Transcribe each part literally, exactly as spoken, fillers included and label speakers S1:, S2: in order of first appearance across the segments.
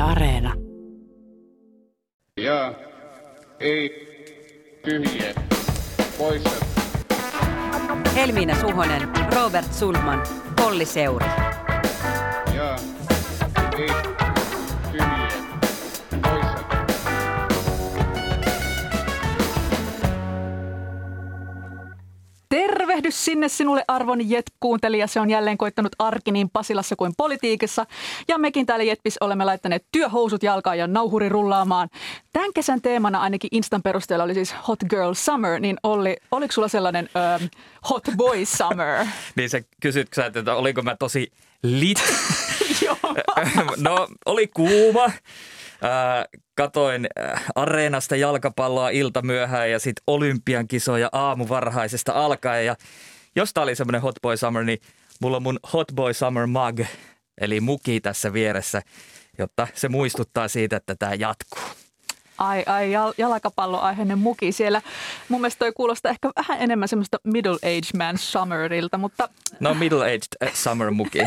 S1: Areena.
S2: Ja ei tyhjiä poissa.
S3: Helmiina Suhonen, Robert Sundman, Olli Seuri.
S2: Ja ei tyhjiä poissa.
S4: Tervehdys sinne sinulle arvon Jet-kuuntelija. Se on jälleen koittanut arki niin Pasilassa kuin politiikassa. Ja mekin täällä Jetpis olemme laittaneet työhousut jalkaan ja nauhuri rullaamaan. Tämän kesän teemana ainakin Instan perusteella oli siis Hot Girl Summer. Niin Olli, oliko sulla sellainen ö, Hot Boy Summer?
S5: Niin sä kysyt, että oliko mä tosi lit?
S4: Joo.
S5: No oli kuuma. Äh, katoin äh, Areenasta jalkapalloa ilta myöhään ja sitten Olympian kisoja aamu varhaisesta alkaen. Ja jos tää oli semmoinen Hot Boy Summer, niin mulla on mun Hot Boy Summer mug, eli muki tässä vieressä, jotta se muistuttaa siitä, että tämä jatkuu.
S4: Ai, ai, jal- jalkapalloaiheinen muki siellä. Mun mielestä toi kuulostaa ehkä vähän enemmän semmoista middle-aged man summerilta, mutta...
S5: No middle-aged summer muki.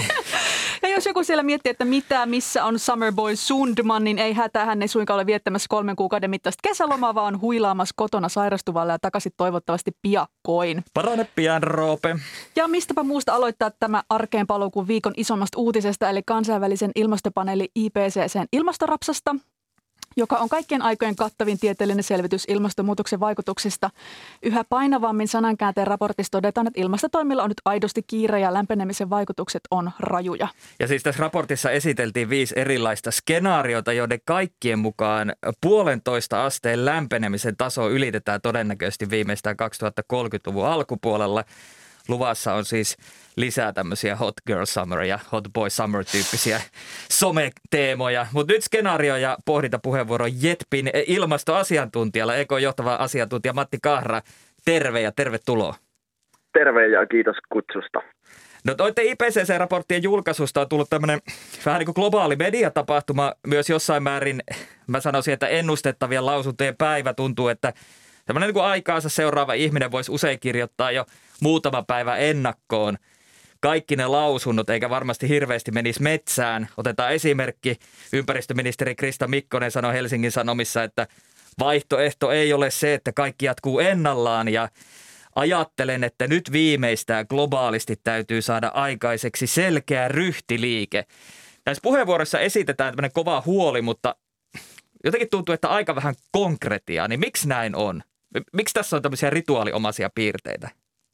S4: Ja jos joku siellä miettii, että mitä, missä on Summer Boy Sundman, niin ei hätää, hän ei suinkaan ole viettämässä kolmen kuukauden mittaista kesälomaa, vaan on huilaamassa kotona sairastuvalla ja takaisin toivottavasti piakkoin.
S5: Parane pian, Roope.
S4: Ja mistäpä muusta aloittaa tämä arkeen paluu kuin viikon isommasta uutisesta, eli kansainvälisen ilmastopaneeli I P C C:n ilmastorapsasta, joka on kaikkien aikojen kattavin tieteellinen selvitys ilmastonmuutoksen vaikutuksista. Yhä painavammin sanankäänteen raportissa todetaan, että ilmastotoimilla on nyt aidosti kiire ja lämpenemisen vaikutukset on rajuja.
S5: Ja siis tässä raportissa esiteltiin viisi erilaista skenaariota, joiden kaikkien mukaan puolentoista asteen lämpenemisen taso ylitetään todennäköisesti viimeistään kaksituhattakolmekymmentäluvun alkupuolella. Luvassa on siis lisää tämmöisiä Hot Girl Summer ja Hot Boy Summer -tyyppisiä someteemoja. Mutta nyt skenaario ja pohdintapuheenvuoro Jetpin ilmastoasiantuntijalla, E K:n johtava asiantuntija Matti Kahra. Terve ja tervetuloa.
S6: Terve ja kiitos kutsusta.
S5: No toitte I P C C-raporttien julkaisusta on tullut tämmöinen vähän niin kuin globaali mediatapahtuma, myös jossain määrin, mä sanoisin, että ennustettavien lausuntojen päivä. Tuntuu, että tämmöinen niin kuin aikaansa seuraava ihminen voisi usein kirjoittaa jo muutama päivä ennakkoon kaikki ne lausunnot, eikä varmasti hirveästi menisi metsään. Otetaan esimerkki. Ympäristöministeri Krista Mikkonen sanoi Helsingin Sanomissa, että vaihtoehto ei ole se, että kaikki jatkuu ennallaan, ja ajattelen, että nyt viimeistään globaalisti täytyy saada aikaiseksi selkeä ryhtiliike. Näissä puheenvuoroissa esitetään tämmöinen kova huoli, mutta jotenkin tuntuu, että aika vähän konkretiaa. Niin miksi näin on? Miksi tässä on tämmöisiä rituaaliomaisia piirteitä?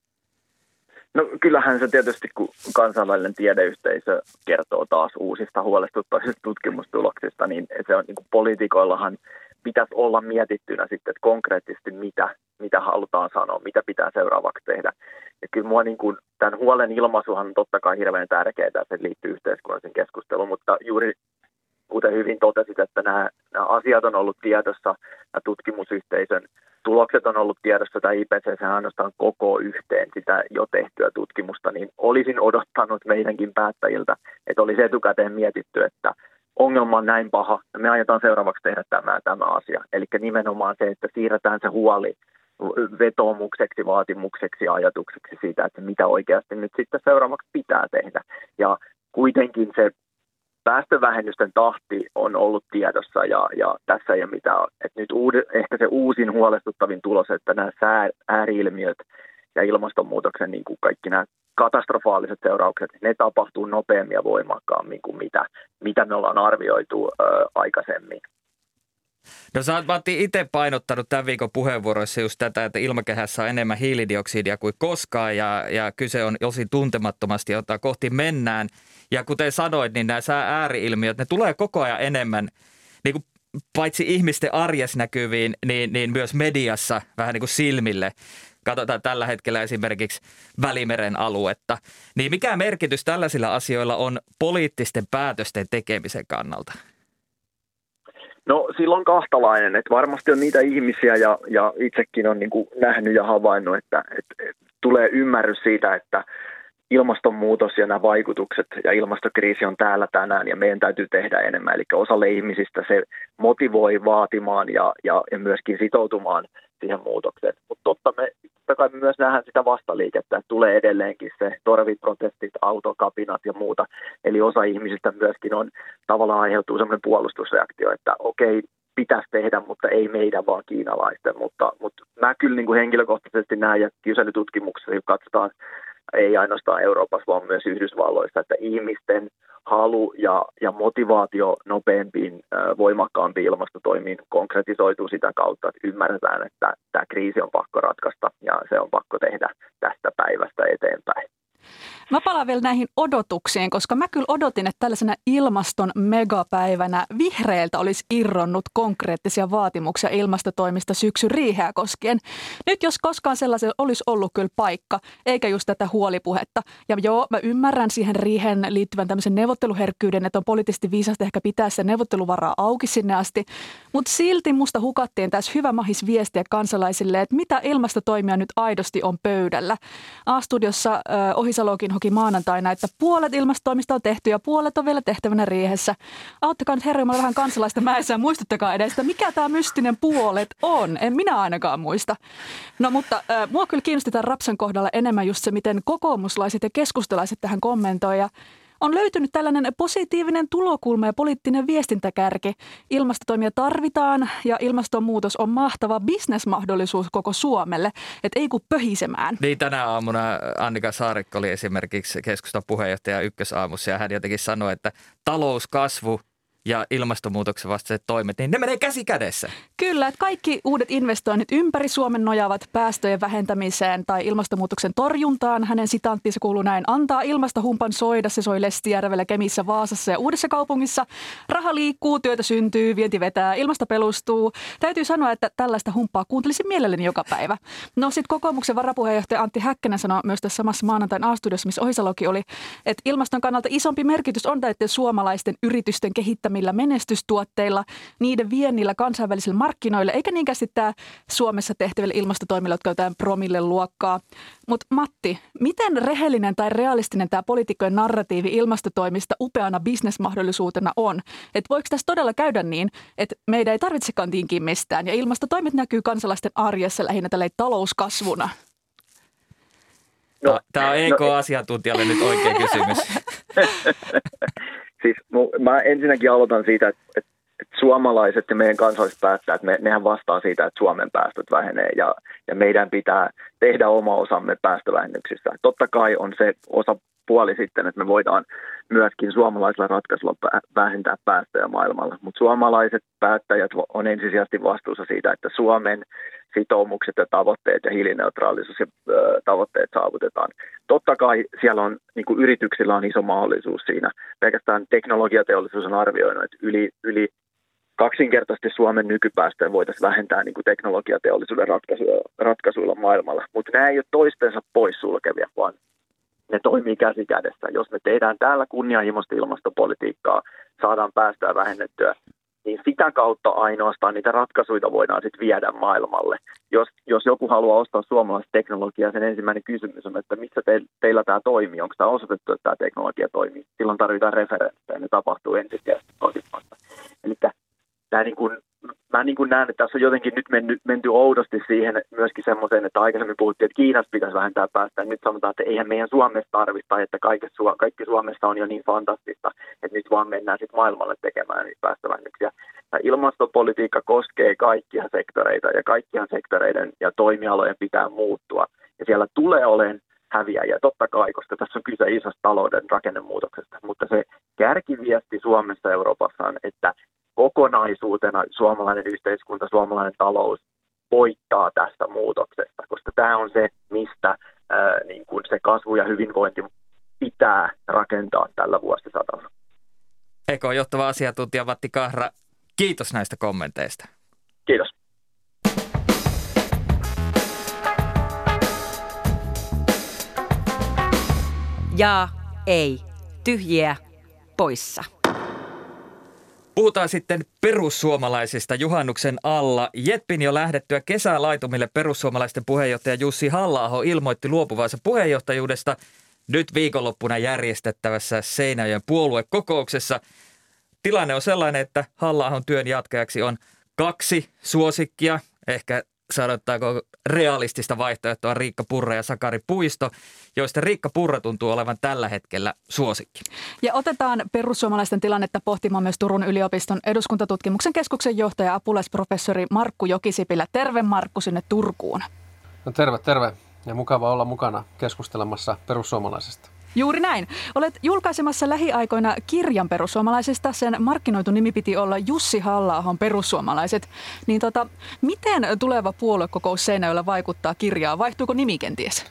S6: No kyllähän se tietysti, kun kansainvälinen tiedeyhteisö kertoo taas uusista huolestuttavista tutkimustuloksista, niin se on niin kuin poliitikoillahan pitäisi olla mietittynä sitten, että konkreettisesti mitä, mitä halutaan sanoa, mitä pitää seuraavaksi tehdä. Ja kyllä mua niin kuin, tämän huolen ilmaisuhan on totta kai hirveän tärkeää, että se liittyy yhteiskunnallisen keskusteluun, mutta juuri kuten hyvin totesit, että nämä, nämä asiat on ollut tiedossa, nämä tutkimusyhteisön tulokset on ollut tiedossa, tai I P C C ainoastaan koko yhteen sitä jo tehtyä tutkimusta, niin olisin odottanut meidänkin päättäjiltä, että olisi etukäteen mietitty, että ongelma on näin paha, ja me aiotaan seuraavaksi tehdä tämä tämä asia. Eli nimenomaan se, että siirretään se huoli vetoomukseksi, vaatimukseksi, ajatukseksi siitä, että mitä oikeasti nyt sitten seuraavaksi pitää tehdä. Ja kuitenkin se päästövähennysten tahti on ollut tiedossa ja, ja tässä ei ole mitään. Et nyt uud, ehkä se uusin huolestuttavin tulos, että nämä sää, ääriilmiöt ja ilmastonmuutoksen niin kuin kaikki nämä katastrofaaliset seuraukset, ne tapahtuu nopeammin ja voimakkaammin kuin mitä, mitä me ollaan arvioitu ö, aikaisemmin.
S5: No sä oot, Matti, itse painottanut tämän viikon puheenvuoroissa just tätä, että ilmakehässä on enemmän hiilidioksidia kuin koskaan ja, ja kyse on osin tuntemattomasti, jota kohti mennään. Ja kuten sanoit, niin nämä sää ääriilmiöt, ne tulee koko ajan enemmän, niin kuin paitsi ihmisten arjessa näkyviin, niin, niin myös mediassa vähän niin kuin silmille. Katsotaan tällä hetkellä esimerkiksi Välimeren aluetta. Niin mikä merkitys tällaisilla asioilla on poliittisten päätösten tekemisen kannalta?
S6: No silloin kahtalainen, että varmasti on niitä ihmisiä ja, ja itsekin on niin kuin nähnyt ja havainnut, että, että, että tulee ymmärrys siitä, että ilmastonmuutos ja nämä vaikutukset ja ilmastokriisi on täällä tänään ja meidän täytyy tehdä enemmän. Eli osalle ihmisistä se motivoi vaatimaan ja, ja, ja myöskin sitoutumaan siihen muutokseen. Mutta totta me totta kai me myös nähdään sitä vastaliikettä, että tulee edelleenkin se torviprotestit, autokapinat ja muuta. Eli osa ihmisistä myöskin on tavallaan aiheutuu sellainen puolustusreaktio, että okei, pitäisi tehdä, mutta ei meidän, vaan kiinalaisten. Mutta, mutta mä kyllä niin kuin henkilökohtaisesti näen, ja kyselytutkimuksessa katsotaan, ei ainoastaan Euroopassa, vaan myös Yhdysvalloissa, että ihmisten halu ja, ja motivaatio nopeampiin, voimakkaampiin ilmastotoimiin konkretisoituu sitä kautta, että ymmärretään, että tämä kriisi on pakko ratkaista ja se on pakko tehdä tästä päivästä eteenpäin.
S4: Mä palaan vielä näihin odotuksiin, koska mä kyllä odotin, että tällaisena ilmaston megapäivänä vihreiltä olisi irronnut konkreettisia vaatimuksia ilmastotoimista syksyn riiheä koskien. Nyt jos koskaan sellaisella olisi ollut kyllä paikka, eikä just tätä huolipuhetta. Ja joo, mä ymmärrän siihen riiheen liittyvän tämmöisen neuvotteluherkkyyden, että on poliittisesti viisasta ehkä pitää se neuvotteluvaraa auki sinne asti. Mutta silti musta hukattiin tässä hyvä mahis viestiä kansalaisille, että mitä ilmastotoimia nyt aidosti on pöydällä. A-studiossa äh, Ohisalokin hoki maanantaina, että puolet ilmastotoimista on tehty ja puolet on vielä tehtävänä riihessä. Auttakaa nyt herjumalla vähän kansalaista mäessä ja muistuttakaa edestä, mikä tämä mystinen puolet on. En minä ainakaan muista. No mutta äh, mua kyllä kiinnosti tämän Rapsan kohdalla enemmän just se, miten kokoomuslaiset ja keskustalaiset tähän kommentoi. Ja on löytynyt tällainen positiivinen tulokulma ja poliittinen viestintäkärki. Ilmastotoimia tarvitaan ja ilmastonmuutos on mahtava bisnesmahdollisuus koko Suomelle, että ei kun pöhisemään.
S5: Niin, tänä aamuna Annika Saarikko oli esimerkiksi keskustan puheenjohtaja Ykkösaamussa ja hän jotenkin sanoi, että talouskasvu ja ilmastonmuutoksen vastaiset toimet, niin ne menee käsi kädessä.
S4: Kyllä, että kaikki uudet investoinnit ympäri Suomen nojaavat päästöjen vähentämiseen tai ilmastonmuutoksen torjuntaan. Hänen sitaanttinsa kuuluu näin: antaa ilmastohumpan soida, se soi Lestijärvellä, Kemissä, Vaasassa ja Uudessa kaupungissa. Raha liikkuu, työtä syntyy, vienti vetää, ilmasto pelustuu. Täytyy sanoa, että tällaista humppaa kuuntelisin mielelläni joka päivä. No sitten kokoomuksen varapuheenjohtaja Antti Häkkänen sanoi myös tässä samassa maanantain A-studiossa, missä Ohisalokin oli, että ilmaston kannalta isompi merkitys on näiden suomalaisten yritysten kehittämistä millä menestystuotteilla, niiden viennillä kansainvälisille markkinoille, eikä niinkään sitten Suomessa tehtäville ilmastotoimille, jotka on jotain promille luokkaa. Mutta Matti, miten rehellinen tai realistinen tämä poliitikkojen narratiivi ilmastotoimista upeana bisnesmahdollisuutena on? Että voiko tässä todella käydä niin, että meidän ei tarvitsekaan tinkiä mistään ja ilmastotoimet näkyy kansalaisten arjessa lähinnä tällä talouskasvuna?
S5: No, tämä on E K-asiantuntijalle nyt oikea kysymys.
S6: Siis mä ensinnäkin aloitan siitä, että, että suomalaiset ja meidän kansalliset päättäjät, me, mehän vastaa siitä, että Suomen päästöt vähenee ja, ja meidän pitää tehdä oma osamme päästövähennyksissä. Totta kai on se osa puoli sitten, että me voidaan myöskin suomalaisilla ratkaisuilla vähentää päästöjä maailmalla, mutta suomalaiset päättäjät on ensisijaisesti vastuussa siitä, että Suomen sitoumukset ja tavoitteet ja hiilineutraalisuus ja ö, tavoitteet saavutetaan. Totta kai siellä on, niin kuin yrityksillä on iso mahdollisuus siinä. Pelkästään teknologiateollisuus on arvioinut, että yli, yli kaksinkertaisesti Suomen nykypäästöjä voitaisiin vähentää niin kuin teknologiateollisuuden ratkaisuilla, ratkaisuilla maailmalla. Mutta nämä ei ole toistensa poissulkevia, vaan ne toimii käsi kädessä. Jos me tehdään täällä kunnianhimoista ilmastopolitiikkaa, saadaan päästöä vähennettyä, niin sitä kautta ainoastaan niitä ratkaisuja voidaan sitten viedä maailmalle. Jos, jos joku haluaa ostaa suomalaista teknologiaa, sen ensimmäinen kysymys on, että missä te, teillä tämä toimii, onko tämä osoitettu, että tämä teknologia toimii. Silloin tarvitaan referenssejä, ne tapahtuu ensisijaisesti kotimassa. Eli tämä niin kuin, mä niin kuin näen, että tässä on jotenkin nyt menty, menty oudosti siihen myöskin semmoiseen, että aikaisemmin puhuttiin, että Kiinassa pitäisi vähentää päästöjä. Nyt sanotaan, että eihän meidän Suomessa tarvita, tai että kaikki Suomessa on jo niin fantastista, että nyt vaan mennään sitten maailmalle tekemään niitä päästövähennyksiä. Ja ilmastopolitiikka koskee kaikkia sektoreita, ja kaikkien sektoreiden ja toimialojen pitää muuttua. Ja siellä tulee olemaan häviäjiä, totta kai, koska tässä on kyse isosta talouden rakennemuutoksesta. Mutta se kärkiviesti Suomessa ja Euroopassa on, että kokonaisuutena suomalainen yhteiskunta, suomalainen talous voittaa tästä muutoksesta, koska tämä on se, mistä ää, niin kuin se kasvu ja hyvinvointi pitää rakentaa tällä vuosisadalla.
S5: E K:n johtava asiantuntija Matti Kahra, kiitos näistä kommenteista.
S6: Kiitos.
S3: Ja ei. Tyhjiä poissa.
S5: Puhutaan sitten perussuomalaisista juhannuksen alla. Jeppin jo lähdettyä kesälaitumille perussuomalaisten puheenjohtaja Jussi Halla-aho ilmoitti luopuvansa puheenjohtajuudesta nyt viikonloppuna järjestettävässä Seinäjoen puoluekokouksessa. Tilanne on sellainen, että Halla-ahon työn jatkajaksi on kaksi suosikkia, ehkä sanottaako realistista vaihtoehtoa Riikka Purra ja Sakari Puisto, joista Riikka Purra tuntuu olevan tällä hetkellä suosikki.
S4: Ja otetaan perussuomalaisten tilannetta pohtimaan myös Turun yliopiston eduskuntatutkimuksen keskuksen johtaja apulaisprofessori Markku Jokisipilä. Terve Markku sinne Turkuun.
S1: No terve, terve. Ja mukava olla mukana keskustelemassa perussuomalaisesta.
S4: Juuri näin. Olet julkaisemassa lähiaikoina kirjan perussuomalaisista. Sen markkinoitu nimi piti olla Jussi Halla-ahon perussuomalaiset. Niin tota, miten tuleva puoluekokous Seinäjoella vaikuttaa kirjaan? Vaihtuuko nimi kenties?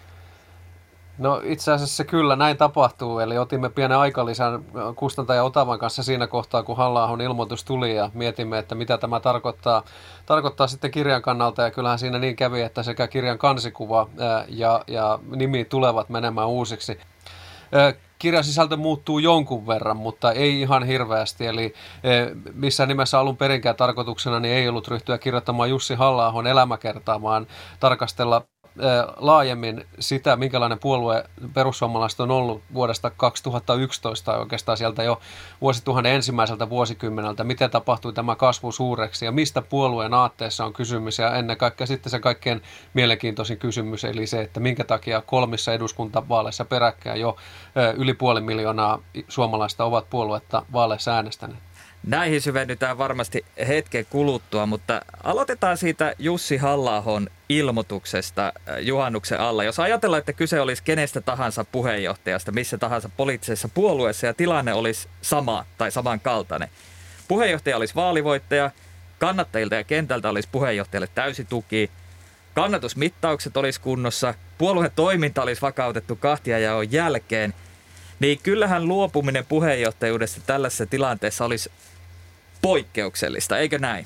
S1: No itse asiassa kyllä näin tapahtuu. Eli otimme pienen aikalisän kustantaja Otavan kanssa siinä kohtaa, kun Halla-ahon ilmoitus tuli ja mietimme, että mitä tämä tarkoittaa, tarkoittaa sitten kirjan kannalta. Ja kyllähän siinä niin kävi, että sekä kirjan kansikuva ja, ja nimi tulevat menemään uusiksi. Kirjan sisältö muuttuu jonkun verran, mutta ei ihan hirveästi. Eli missään nimessä alun perinkään tarkoituksena niin ei ollut ryhtyä kirjoittamaan Jussi Halla-ahon elämäkertaa, vaan tarkastella laajemmin sitä, minkälainen puolue perussuomalaiset on ollut vuodesta kaksituhattayksitoista, oikeastaan sieltä jo vuosituhannen ensimmäiseltä vuosikymmeneltä, miten tapahtui tämä kasvu suureksi ja mistä puolueen aatteessa on kysymys ja ennen kaikkea sitten se kaikkein mielenkiintoisin kysymys, eli se, että minkä takia kolmissa eduskuntavaaleissa peräkkäin jo yli puoli miljoonaa suomalaista ovat puoluetta vaaleissa äänestäneet.
S5: Näihin syvennytään varmasti hetken kuluttua, mutta aloitetaan siitä Jussi Halla-ahon ilmoituksesta juhannuksen alla. Jos ajatellaan, että kyse olisi kenestä tahansa puheenjohtajasta, missä tahansa poliittisessa puolueessa ja tilanne olisi sama tai samankaltainen. Puheenjohtaja olisi vaalivoittaja, kannattajilta ja kentältä olisi puheenjohtajalle täysi tuki, kannatusmittaukset olisi kunnossa, puolueen toiminta olisi vakautettu kahtiajaon jälkeen, niin kyllähän luopuminen puheenjohtajuudesta tällaisessa tilanteessa olisi poikkeuksellista, eikö näin?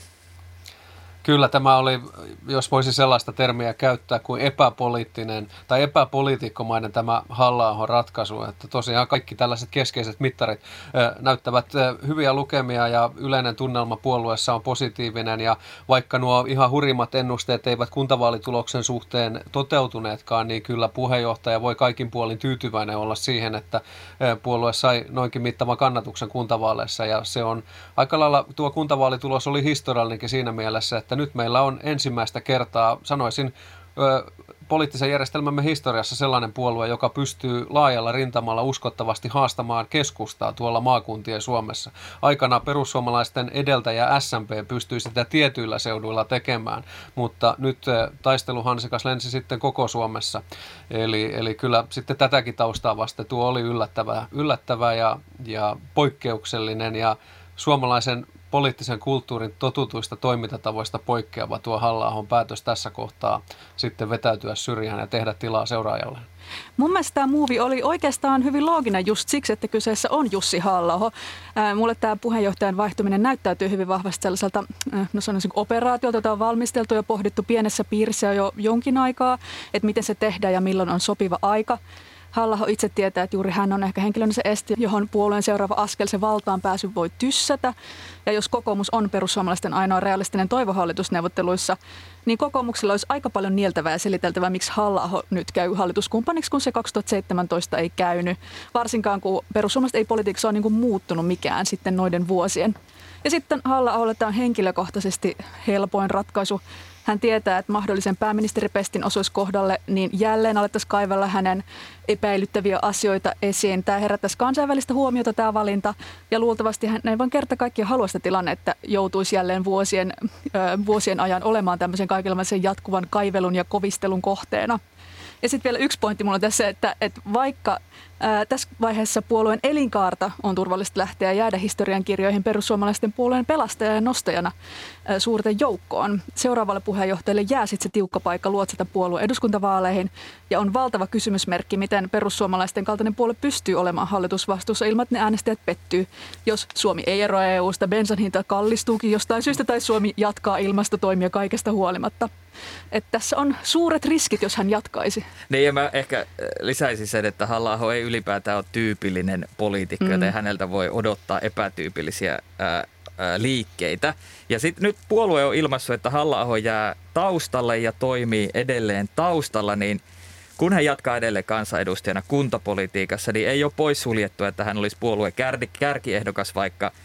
S1: Kyllä tämä oli, jos voisi sellaista termiä käyttää kuin epäpoliittinen tai epäpoliitikkomainen tämä Halla-ahon ratkaisu, että tosiaan kaikki tällaiset keskeiset mittarit näyttävät hyviä lukemia ja yleinen tunnelma puolueessa on positiivinen ja vaikka nuo ihan hurimmat ennusteet eivät kuntavaalituloksen suhteen toteutuneetkaan, niin kyllä puheenjohtaja voi kaikin puolin tyytyväinen olla siihen, että puolue sai noinkin mittavan kannatuksen kuntavaaleissa ja se on aika lailla, tuo kuntavaalitulos oli historiallinenkin siinä mielessä, että nyt meillä on ensimmäistä kertaa, sanoisin, ö, poliittisen järjestelmämme historiassa sellainen puolue, joka pystyy laajalla rintamalla uskottavasti haastamaan keskustaa tuolla maakuntien Suomessa. Aikana perussuomalaisten edeltäjä S M P pystyi sitä tietyillä seuduilla tekemään, mutta nyt taisteluhansikas lensi sitten koko Suomessa. Eli, eli kyllä sitten tätäkin taustaa vasten tuo oli yllättävä, yllättävä ja, ja poikkeuksellinen ja suomalaisen poliittisen kulttuurin totutuista toimintatavoista poikkeava tuo Halla-ahon päätös tässä kohtaa sitten vetäytyä syrjään ja tehdä tilaa seuraajalle.
S4: Mun mielestä tämä muuvi oli oikeastaan hyvin looginen just siksi, että kyseessä on Jussi Halla-aho. Ää, mulle tämä puheenjohtajan vaihtuminen näyttäytyy hyvin vahvasti sellaiselta äh, no sanoisin, operaatiolta, jota on valmisteltu ja pohdittu pienessä piirissä jo jonkin aikaa, että miten se tehdään ja milloin on sopiva aika. Halla-aho itse tietää, että juuri hän on ehkä henkilönä se esti, johon puolueen seuraava askel, se valtaan pääsy voi tyssätä. Ja jos kokoomus on perussuomalaisten ainoa realistinen toivo hallitusneuvotteluissa, niin kokoomuksella olisi aika paljon nieltävää ja seliteltävää, miksi Halla-aho nyt käy hallituskumppaniksi, kun se kaksituhattaseitsemäntoista ei käynyt. Varsinkaan, kun perussuomalaiset ei politiikassa ole niin kuin muuttunut mikään sitten noiden vuosien. Ja sitten Halla-aholle tämä on henkilökohtaisesti helpoin ratkaisu. Hän tietää, että mahdollisen pääministeripestin osuisi kohdalle, niin jälleen alettaisiin kaivella hänen epäilyttäviä asioita esiin. Tämä herättäisi kansainvälistä huomiota tämä valinta ja luultavasti hän ei vaan kerta kaikkiaan halua sitä tilannetta, että joutuisi jälleen vuosien, ö, vuosien ajan olemaan tämmöisen kaikenlaisen jatkuvan kaivelun ja kovistelun kohteena. Ja sitten vielä yksi pointti mulla on tässä, että, että vaikka ää, tässä vaiheessa puolueen elinkaarta on turvallista lähteä ja jäädä historiankirjoihin perussuomalaisten puolueen pelastajana ja nostajana ää, suurten joukkoon, seuraavalle puheenjohtajalle jää sitten se tiukka paikka luotsata puolueen eduskuntavaaleihin ja on valtava kysymysmerkki, miten perussuomalaisten kaltainen puolue pystyy olemaan hallitusvastuussa ilman, että ne äänestäjät pettyy. Jos Suomi ei eroa E U:sta, bensan hinta kallistuukin jostain syystä tai Suomi jatkaa ilmastotoimia kaikesta huolimatta. Että tässä on suuret riskit, jos hän jatkaisi.
S5: Niin ja mä ehkä lisäisin sen, että Halla-aho ei ylipäätään ole tyypillinen poliitikko, mm. joten häneltä voi odottaa epätyypillisiä ää, ää, liikkeitä. Ja sitten nyt puolue on ilmaissut, että Halla-aho jää taustalle ja toimii edelleen taustalla, niin kun hän jatkaa edelleen kansanedustajana kuntapolitiikassa, niin ei ole poissuljettu, että hän olisi puolueen kär, kärkiehdokas vaikka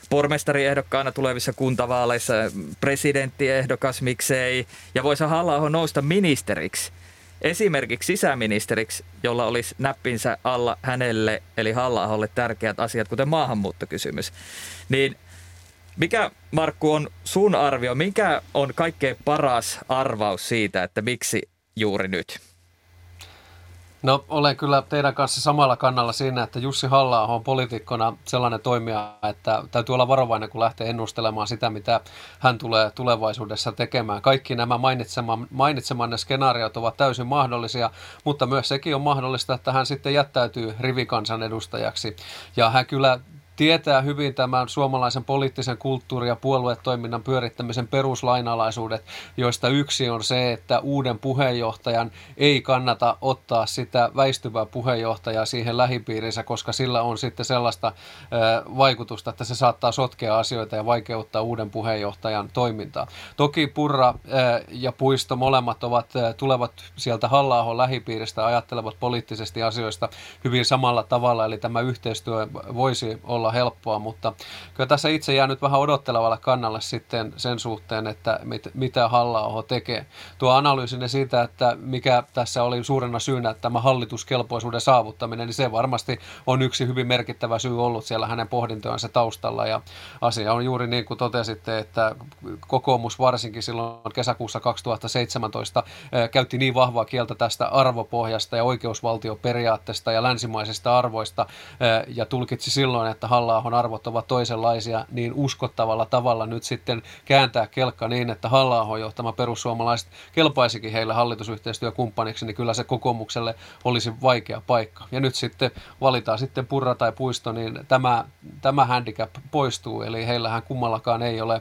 S5: pormestariehdokkaana tulevissa kuntavaaleissa, presidenttiehdokas miksei, ja voisi Halla-aho nousta ministeriksi, esimerkiksi sisäministeriksi, jolla olisi näppinsä alla hänelle, eli Halla-aholle tärkeät asiat, kuten maahanmuuttokysymys. Niin mikä, Markku, on sun arvio, mikä on kaikkein paras arvaus siitä, että miksi juuri nyt?
S1: No olen kyllä teidän kanssa samalla kannalla siinä, että Jussi Halla-aho on poliitikkona sellainen toimija, että täytyy olla varovainen, kun lähtee ennustelemaan sitä, mitä hän tulee tulevaisuudessa tekemään. Kaikki nämä mainitsemanne skenaariot ovat täysin mahdollisia, mutta myös sekin on mahdollista, että hän sitten jättäytyy rivikansan edustajaksi. Ja hän kyllä tietää hyvin tämän suomalaisen poliittisen kulttuurin ja puoluetoiminnan pyörittämisen peruslainalaisuudet, joista yksi on se, että uuden puheenjohtajan ei kannata ottaa sitä väistyvää puheenjohtajaa siihen lähipiirinsä, koska sillä on sitten sellaista vaikutusta, että se saattaa sotkea asioita ja vaikeuttaa uuden puheenjohtajan toimintaa. Toki Purra ja Puisto molemmat ovat, tulevat sieltä Halla-ahon lähipiiristä, ajattelevat poliittisesti asioista hyvin samalla tavalla, eli tämä yhteistyö voisi olla helppoa, mutta kyllä tässä itse jää nyt vähän odottelevalle kannalle sitten sen suhteen, että mit, mitä Halla-aho tekee. Tuo analyysinne siitä, että mikä tässä oli suurena syynä tämä hallituskelpoisuuden saavuttaminen, niin se varmasti on yksi hyvin merkittävä syy ollut siellä hänen pohdintojensa taustalla, ja asia on juuri niin kuin totesitte, että kokoomus varsinkin silloin kesäkuussa kaksituhattaseitsemäntoista käytti niin vahvaa kieltä tästä arvopohjasta ja oikeusvaltioperiaatteesta ja länsimaisista arvoista ja tulkitsi silloin, että Halla-ahon arvot ovat toisenlaisia, niin uskottavalla tavalla nyt sitten kääntää kelkka niin, että Halla-ahon johtama perussuomalaiset kelpaisikin heille hallitusyhteistyökumppaniksi, niin kyllä se kokoomukselle olisi vaikea paikka. Ja nyt sitten valitaan sitten Purra tai Puisto, niin tämä, tämä handicap poistuu, eli heillähän kummallakaan ei ole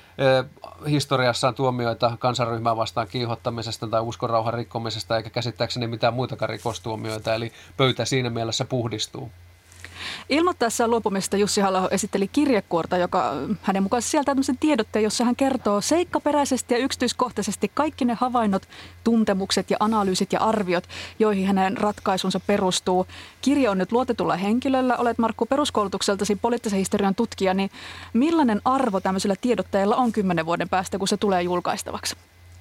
S1: historiassaan tuomioita kansanryhmää vastaan kiihottamisesta tai uskonrauhan rikkomisesta, eikä käsittääkseni mitään muitakaan rikostuomioita, eli pöytä siinä mielessä puhdistuu.
S4: Ilmoittaessaan luopumista Jussi Halla-aho esitteli kirjekuorta, joka hänen mukaan sieltä tämmöisen tiedotteen, jossa hän kertoo seikkaperäisesti ja yksityiskohtaisesti kaikki ne havainnot, tuntemukset ja analyysit ja arviot, joihin hänen ratkaisunsa perustuu. Kirja on nyt luotetulla henkilöllä. Olet, Markku, peruskoulutukseltasi poliittisen historian tutkija, niin millainen arvo tämmöisellä tiedotteella on kymmenen vuoden päästä, kun se tulee julkaistavaksi?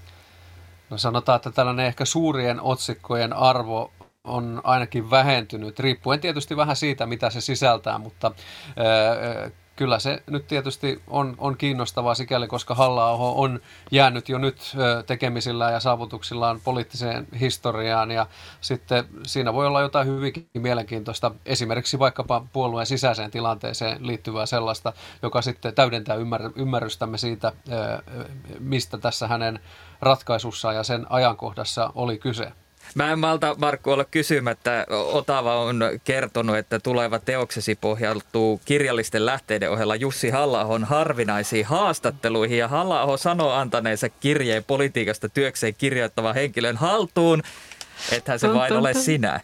S1: No sanotaan, että tällainen ehkä suurien otsikkojen arvo on ainakin vähentynyt, riippuen tietysti vähän siitä, mitä se sisältää, mutta ää, kyllä se nyt tietysti on, on kiinnostavaa sikäli, koska Halla-aho on jäänyt jo nyt ää, tekemisillään ja saavutuksillaan poliittiseen historiaan, ja sitten siinä voi olla jotain hyvinkin mielenkiintoista, esimerkiksi vaikkapa puolueen sisäiseen tilanteeseen liittyvää sellaista, joka sitten täydentää ymmär- ymmärrystämme siitä, ää, mistä tässä hänen ratkaisussaan ja sen ajankohdassa oli kyse.
S5: Mä en malta, Markku, olla kysymättä. Otava on kertonut, että tuleva teoksesi pohjautuu kirjallisten lähteiden ohella Jussi Halla-ahon harvinaisiin haastatteluihin. Ja Halla-aho sanoo antaneensa kirjeen politiikasta työkseen kirjoittavan henkilön haltuun, ethän se vain ole sinä.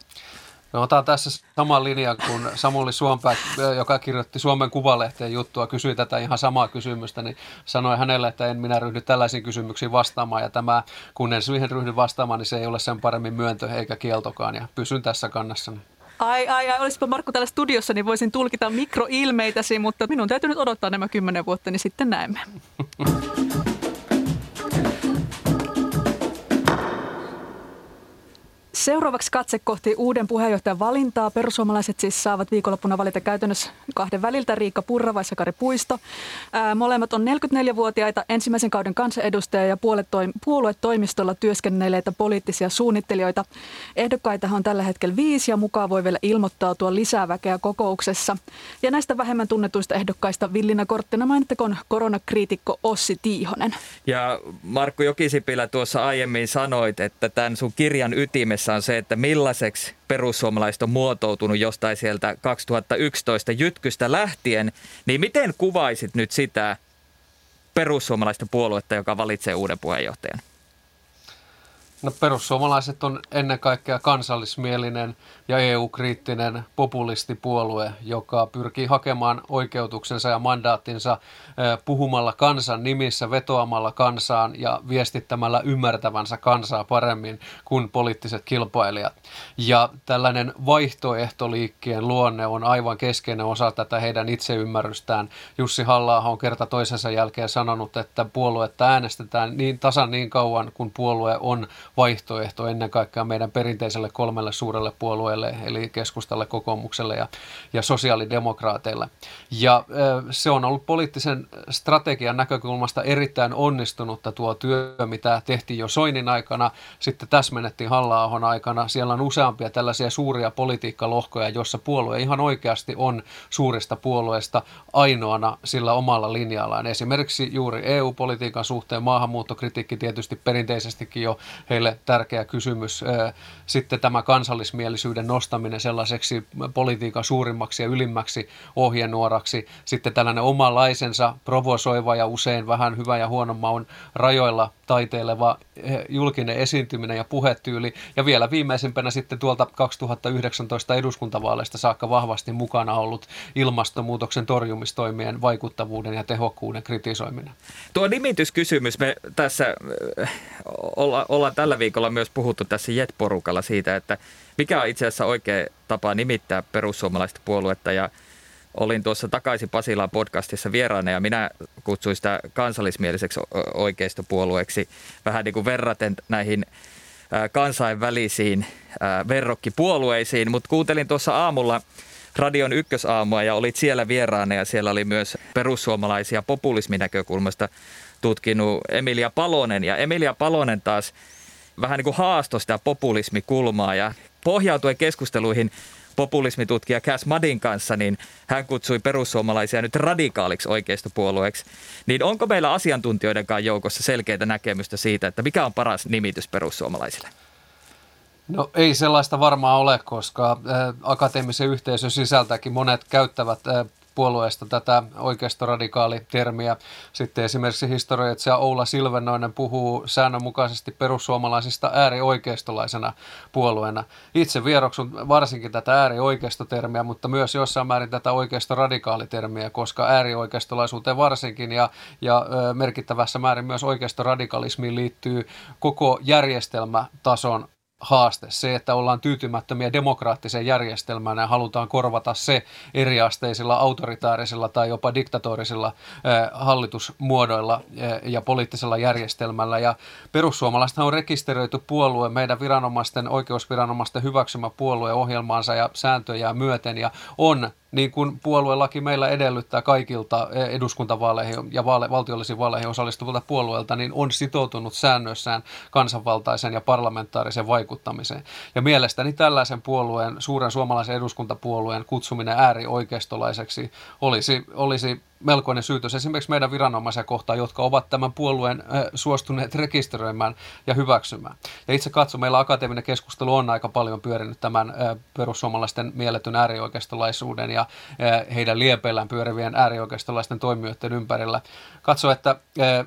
S1: Me otan tässä saman linjan kuin Samuli Suompää, joka kirjoitti Suomen Kuvalehteen juttua, kysyi tätä ihan samaa kysymystä, niin sanoi hänelle, että en minä ryhdy tällaisiin kysymyksiin vastaamaan, ja tämä, kun en siihen ryhdy vastaamaan, niin se ei ole sen paremmin myöntö eikä kieltokaan, ja pysyn tässä kannassani.
S4: Ai, ai, ai, olisipa Markku täällä studiossa, niin voisin tulkita mikroilmeitäsi, mutta minun täytyy nyt odottaa nämä kymmenen vuotta, niin sitten näemme. Seuraavaksi katse kohti uuden puheenjohtajan valintaa. Perussuomalaiset siis saavat viikonloppuna valita käytännössä kahden väliltä, Riikka Purra vai Sakari Puisto. Ää, molemmat on neljäkymmentäneljävuotiaita ensimmäisen kauden kansanedustajia ja puoluetoimistolla työskennelleitä poliittisia suunnittelijoita. Ehdokkaita on tällä hetkellä viisi ja mukaan voi vielä ilmoittautua lisää väkeä kokouksessa. Ja näistä vähemmän tunnetuista ehdokkaista villinä korttina mainittakoon koronakriitikko Ossi Tiihonen.
S5: Ja Markku Jokisipilä tuossa aiemmin sanoit, että tämän sun kirjan ytimessä on se, että millaiseksi perussuomalaiset on muotoutunut jostain sieltä kaksituhattayksitoista jytkystä lähtien, niin miten kuvaisit nyt sitä perussuomalaista puoluetta, joka valitsee uuden puheenjohtajan?
S1: No, perussuomalaiset on ennen kaikkea kansallismielinen ja E U-kriittinen populistipuolue, joka pyrkii hakemaan oikeutuksensa ja mandaattinsa puhumalla kansan nimissä, vetoamalla kansaan ja viestittämällä ymmärtävänsä kansaa paremmin kuin poliittiset kilpailijat. Ja tällainen vaihtoehtoliikkeen luonne on aivan keskeinen osa tätä heidän itseymmärrystään. Jussi Halla-aho on kerta toisensa jälkeen sanonut, että puoluetta äänestetään niin tasan niin kauan, kun puolue on vaihtoehto ennen kaikkea meidän perinteiselle kolmelle suurelle puolueelle, eli keskustalle, kokoomukselle ja, ja sosiaalidemokraateille. Ja se on ollut poliittisen strategian näkökulmasta erittäin onnistunutta tuo työ, mitä tehtiin jo Soinin aikana, sitten täsmennettiin Halla-ahon aikana. Siellä on useampia tällaisia suuria politiikkalohkoja, jossa puolue ihan oikeasti on suurista puolueista ainoana sillä omalla linjallaan. Esimerkiksi juuri E U-politiikan suhteen maahanmuuttokritiikki tietysti perinteisestikin jo heille tärkeä kysymys. Sitten tämä kansallismielisyyden nostaminen sellaiseksi politiikan suurimmaksi ja ylimmäksi ohjenuoraksi. Sitten tällainen omalaisensa provosoiva ja usein vähän hyvä ja huonon maun rajoilla taiteileva julkinen esiintyminen ja puhetyyli. Ja vielä viimeisimpänä sitten tuolta kaksituhattayhdeksäntoista eduskuntavaaleista saakka vahvasti mukana ollut ilmastonmuutoksen torjumistoimien vaikuttavuuden ja tehokkuuden kritisoiminen.
S5: Tuo nimityskysymys, me tässä olla, ollaan tällä viikolla myös puhuttu tässä Jet-porukalla siitä, että mikä on itse asiassa oikea tapa nimittää perussuomalaista puoluetta, ja olin tuossa Takaisin Pasilaan podcastissa vieraana ja minä kutsuin sitä kansallismieliseksi oikeistopuolueeksi vähän niin kuin verraten näihin kansainvälisiin verrokkipuolueisiin, mutta kuuntelin tuossa aamulla Radion ykkösaamua ja olit siellä vieraana ja siellä oli myös perussuomalaisia populisminäkökulmasta tutkinut Emilia Palonen, ja Emilia Palonen taas vähän niin kuin haastoi sitä populismikulmaa ja pohjautuen keskusteluihin populismitutkija Cass Muddin kanssa, niin hän kutsui perussuomalaisia nyt radikaaliksi oikeistopuolueeksi. Niin onko meillä asiantuntijoidenkaan joukossa selkeää näkemystä siitä, että mikä on paras nimitys perussuomalaisille?
S1: No ei sellaista varmaan ole, koska äh, akateemisen yhteisön sisältäkin monet käyttävät äh, puolueesta tätä oikeistoradikaali-termiä. Sitten esimerkiksi historioitsija Oula Silvennoinen puhuu säännönmukaisesti perussuomalaisista äärioikeistolaisena puolueena. Itse vieroksun varsinkin tätä äärioikeistotermiä, mutta myös jossain määrin tätä oikeistoradikaalitermiä, koska äärioikeistolaisuuteen varsinkin ja, ja ö, merkittävässä määrin myös oikeistoradikalismiin liittyy koko järjestelmätason haaste. Se, että ollaan tyytymättömiä demokraattiseen järjestelmään ja halutaan korvata se eriasteisilla, autoritaarisilla tai jopa diktatorisilla eh, hallitusmuodoilla eh, ja poliittisella järjestelmällä. Ja perussuomalaiset on rekisteröity puolue meidän viranomaisten, oikeusviranomaisten hyväksymä puolue ohjelmaansa ja sääntöjä myöten ja on, niin kuin puoluelaki meillä edellyttää kaikilta eduskuntavaaleihin ja vaale- valtiollisiin vaaleihin osallistuvilta puolueilta, niin on sitoutunut säännöissään kansanvaltaisen ja parlamentaarisen vaikuttamiseen. Ja mielestäni tällaisen puolueen, suuren suomalaisen eduskuntapuolueen kutsuminen äärioikeistolaiseksi olisi, olisi melkoinen syytös esimerkiksi meidän viranomaisia kohtaan, jotka ovat tämän puolueen suostuneet rekisteröimään ja hyväksymään. Ja itse katson, meillä akateeminen keskustelu on aika paljon pyörinyt tämän perussuomalaisten mielletyn äärioikeistolaisuuden ja heidän liepeillään pyörivien äärioikeistolaisten toimijoiden ympärillä. Katso, että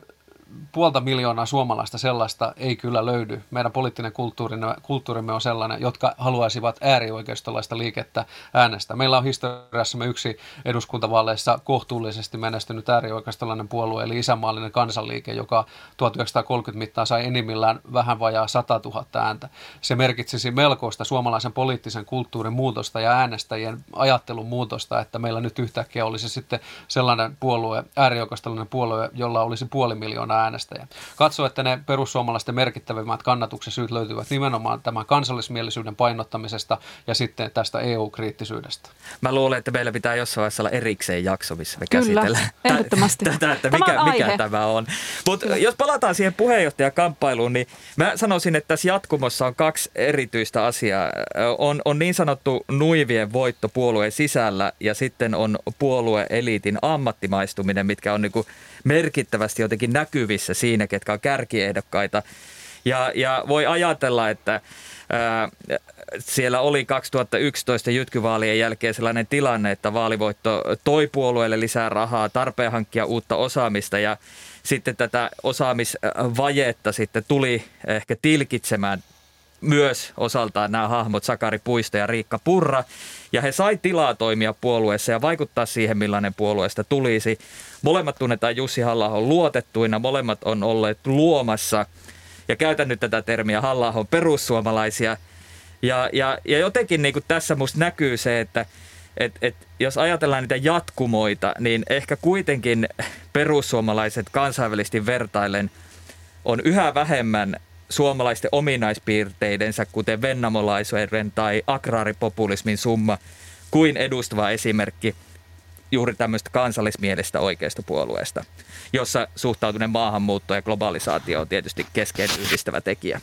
S1: puolta miljoonaa suomalaista sellaista ei kyllä löydy. Meidän poliittinen kulttuurimme, kulttuurimme on sellainen, jotka haluaisivat äärioikeistolaista liikettä äänestää. Meillä on historiassamme yksi eduskuntavaaleissa kohtuullisesti menestynyt äärioikeistolainen puolue, eli isänmaallinen kansanliike, joka tuhatyhdeksänsataakolmekymmentä mittaan sai enimmillään vähän vajaa sata tuhatta ääntä. Se merkitsisi melkoista suomalaisen poliittisen kulttuurin muutosta ja äänestäjien ajattelun muutosta, että meillä nyt yhtäkkiä olisi sitten sellainen puolue, äärioikeistolainen puolue, jolla olisi puoli miljoonaa äänestäjä. Katso, että ne perussuomalaisten merkittävimmät kannatuksen syyt löytyvät nimenomaan tämän kansallismielisyyden painottamisesta ja sitten tästä E U-kriittisyydestä.
S5: Mä luulen, että meillä pitää jossain vaiheessa olla erikseen jakso, missä me
S4: Kyllä,
S5: käsitellään
S4: ehdottomasti.
S5: tätä, että mikä tämä, mikä tämä on. Mutta jos palataan siihen puheenjohtajakamppailuun, niin mä sanoisin, että tässä jatkumossa on kaksi erityistä asiaa. On, on niin sanottu nuivien voitto puolueen sisällä ja sitten on puolueeliitin ammattimaistuminen, mitkä on niinku merkittävästi jotenkin näkyvissä siinä, ketkä on kärkiehdokkaita. Ja, ja voi ajatella, että ää, siellä oli kaksituhattayksitoista jytkyvaalien jälkeen sellainen tilanne, että vaalivoitto toi puolueelle lisää rahaa, tarpeen hankkia uutta osaamista ja sitten tätä osaamisvajetta sitten tuli ehkä tilkitsemään myös osaltaan nämä hahmot Sakari Puisto ja Riikka Purra. Ja he sai tilaa toimia puolueessa ja vaikuttaa siihen, millainen puolueesta tulisi. Molemmat tunnetaan Jussi Halla-ahon luotettuina, molemmat on olleet luomassa, ja käytän nyt tätä termiä, Halla-ahon perussuomalaisia. Ja, ja, ja jotenkin niin kuin tässä musta näkyy se, että et, et, jos ajatellaan niitä jatkumoita, niin ehkä kuitenkin perussuomalaiset kansainvälisesti vertaillen on yhä vähemmän suomalaisten ominaispiirteidensä, kuten vennamolaisuuden tai agraaripopulismin summa, kuin edustava esimerkki juuri tämmöistä kansallismielestä oikeistopuolueesta, jossa suhtautuminen maahanmuutto ja globalisaatio on tietysti keskeinen yhdistävä tekijä.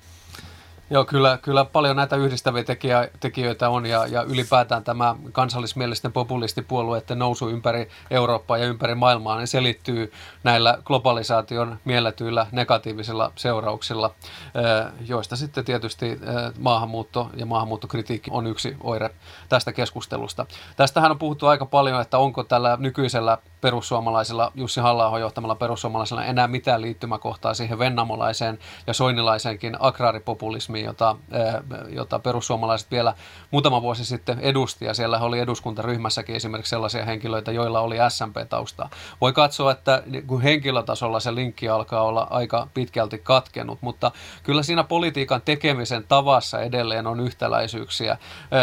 S1: Joo, kyllä, kyllä paljon näitä yhdistäviä tekijä, tekijöitä on ja, ja ylipäätään tämä kansallismielisten populistipuolueiden nousu ympäri Eurooppaa ja ympäri maailmaa, niin selittyy näillä globalisaation mielletyillä negatiivisilla seurauksilla, joista sitten tietysti maahanmuutto ja maahanmuuttokritiikki on yksi oire tästä keskustelusta. Tästähän on puhuttu aika paljon, että onko tällä nykyisellä perussuomalaisilla, Jussi Halla-ahon johtamalla perussuomalaisilla enää mitään liittymäkohtaa siihen vennamolaiseen ja soinilaiseenkin agraaripopulismiin, Jota, jota perussuomalaiset vielä muutama vuosi sitten edusti, ja siellä oli eduskuntaryhmässäkin esimerkiksi sellaisia henkilöitä, joilla oli S M P-taustaa. Voi katsoa, että henkilötasolla se linkki alkaa olla aika pitkälti katkenut, mutta kyllä siinä politiikan tekemisen tavassa edelleen on yhtäläisyyksiä.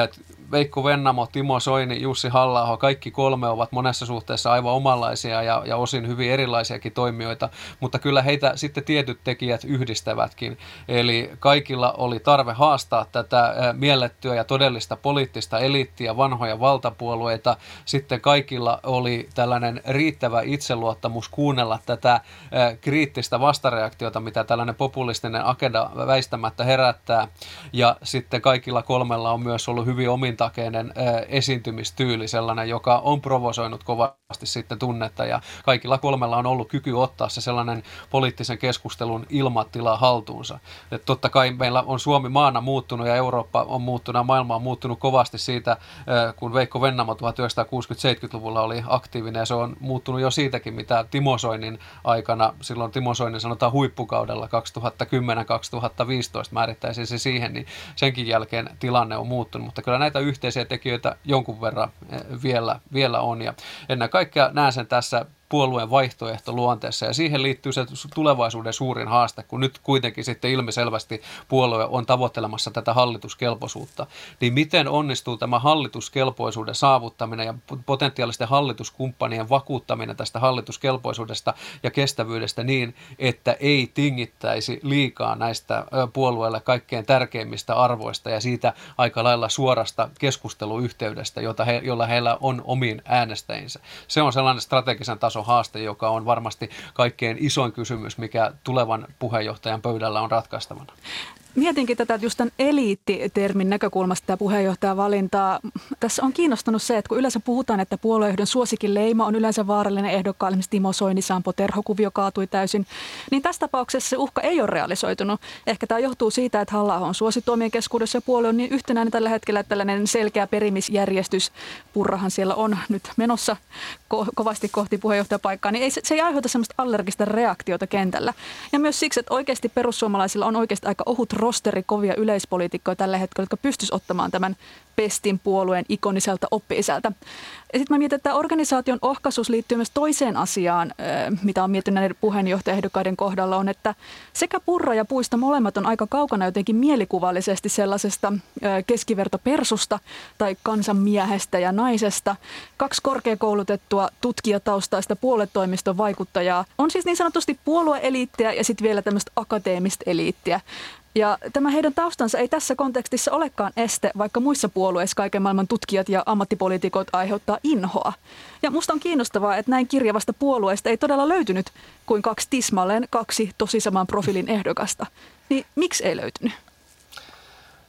S1: Veikko Vennamo, Timo Soini, Jussi Halla-aho, kaikki kolme ovat monessa suhteessa aivan omanlaisia ja, ja osin hyvin erilaisiakin toimijoita, mutta kyllä heitä sitten tietyt tekijät yhdistävätkin. Eli kaikilla oli tarve haastaa tätä miellettyä ja todellista poliittista eliittiä, vanhoja valtapuolueita. Sitten kaikilla oli tällainen riittävä itseluottamus kuunnella tätä kriittistä vastareaktiota, mitä tällainen populistinen agenda väistämättä herättää. Ja sitten kaikilla kolmella on myös ollut hyvin omintakeinen esiintymistyyli, sellainen, joka on provosoinut kovasti sitten tunnetta, ja kaikilla kolmella on ollut kyky ottaa se sellainen poliittisen keskustelun ilmatila haltuunsa. Et totta kai meillä on Suomi maana muuttunut ja Eurooppa on muuttunut ja maailma on muuttunut kovasti siitä, kun Veikko Vennamo tuhatyhdeksänsataakuusikymmentä-seitsemänkymmentäluvulla oli aktiivinen, ja se on muuttunut jo siitäkin, mitä Timo Soinin aikana, silloin Timo Soinin sanotaan huippukaudella kaksituhattakymmenen kaksituhattaviisitoista määrittäisiin se siihen, niin senkin jälkeen tilanne on muuttunut, mutta kyllä näitä yhteisiä tekijöitä jonkun verran vielä, vielä on, ja ennen kaikkea näen sen tässä puolueen vaihtoehto luonteessa, ja siihen liittyy se tulevaisuuden suurin haaste, kun nyt kuitenkin sitten ilmiselvästi puolue on tavoittelemassa tätä hallituskelpoisuutta. Niin miten onnistuu tämä hallituskelpoisuuden saavuttaminen ja potentiaalisten hallituskumppanien vakuuttaminen tästä hallituskelpoisuudesta ja kestävyydestä niin, että ei tingittäisi liikaa näistä puolueelle kaikkein tärkeimmistä arvoista ja siitä aika lailla suorasta keskusteluyhteydestä, jota he, jolla heillä on omiin äänestäjinsä. Se on sellainen strategisen tason haaste, joka on varmasti kaikkein isoin kysymys, mikä tulevan puheenjohtajan pöydällä on ratkaistavana.
S4: Mietinkin tätä just tämän eliittitermin näkökulmasta tämä puheenjohtajan valintaa. Tässä on kiinnostunut se, että kun yleensä puhutaan, että puolueehdon suosikin leima on yleensä vaarallinen ehdokkaan, esimerkiksi Timo Soini, Sampo Terho-kuvio kaatui täysin, niin tässä tapauksessa se uhka ei ole realisoitunut. Ehkä tämä johtuu siitä, että Halla-aho on suosittu omien keskuudessa ja puolue on niin yhtenäinen tällä hetkellä, että tällainen selkeä perimisjärjestys, Purrahan siellä on nyt menossa ko- kovasti kohti puheenjohtajapaikkaa, niin ei, se, se ei aiheuta sellaista allergista reaktiota kentällä. Ja myös siksi, että oikeasti perussuomalaisilla on oikeasti aika ohut rosteri kovia yleispoliitikkoja tällä hetkellä, jotka pystyisivät ottamaan tämän pestin puolueen ikoniselta oppi-isältä. Ja sitten mä mietin, että organisaation ohkaisuus liittyy myös toiseen asiaan, mitä on miettinyt näiden puheenjohtajaehdokkaiden kohdalla, on, että sekä Purra ja Puisto molemmat on aika kaukana jotenkin mielikuvallisesti sellaisesta keskivertopersusta tai kansanmiehestä ja naisesta. Kaksi korkeakoulutettua tutkijataustaista puoluetoimiston vaikuttajaa on siis niin sanotusti puolueeliittiä ja sitten vielä tämmöistä akateemista eliittiä. Ja tämä heidän taustansa ei tässä kontekstissa olekaan este, vaikka muissa puolueissa kaiken maailman tutkijat ja ammattipoliitikot aiheuttaa inhoa. Ja musta on kiinnostavaa, että näin kirjavasta puolueesta ei todella löytynyt kuin kaksi tismalleen kaksi tosi saman profiilin ehdokasta. Niin miksi ei löytynyt?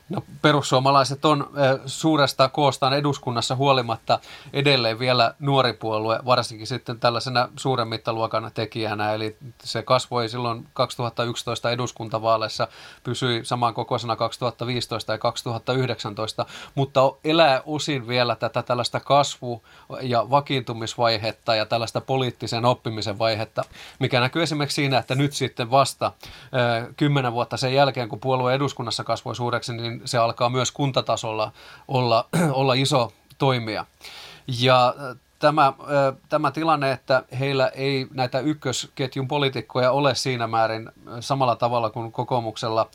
S1: No, perussuomalaiset on suuresta koostaan eduskunnassa huolimatta edelleen vielä nuori puolue, varsinkin sitten tällaisena suuren mittaluokan tekijänä. Eli se kasvoi silloin kaksituhattayksitoista eduskuntavaaleissa, pysyi samankokoisena kaksituhattaviisitoista ja kaksituhattayhdeksäntoista, mutta elää osin vielä tätä tällaista kasvu- ja vakiintumisvaihetta ja tällaista poliittisen oppimisen vaihetta, mikä näkyy esimerkiksi siinä, että nyt sitten vasta kymmenen vuotta sen jälkeen, kun puolue eduskunnassa kasvoi suureksi, niin se alkaa myös kuntatasolla olla, olla iso toimija. Ja tämä, tämä tilanne, että heillä ei näitä ykkösketjun poliitikkoja ole siinä määrin samalla tavalla kuin kokoomuksella,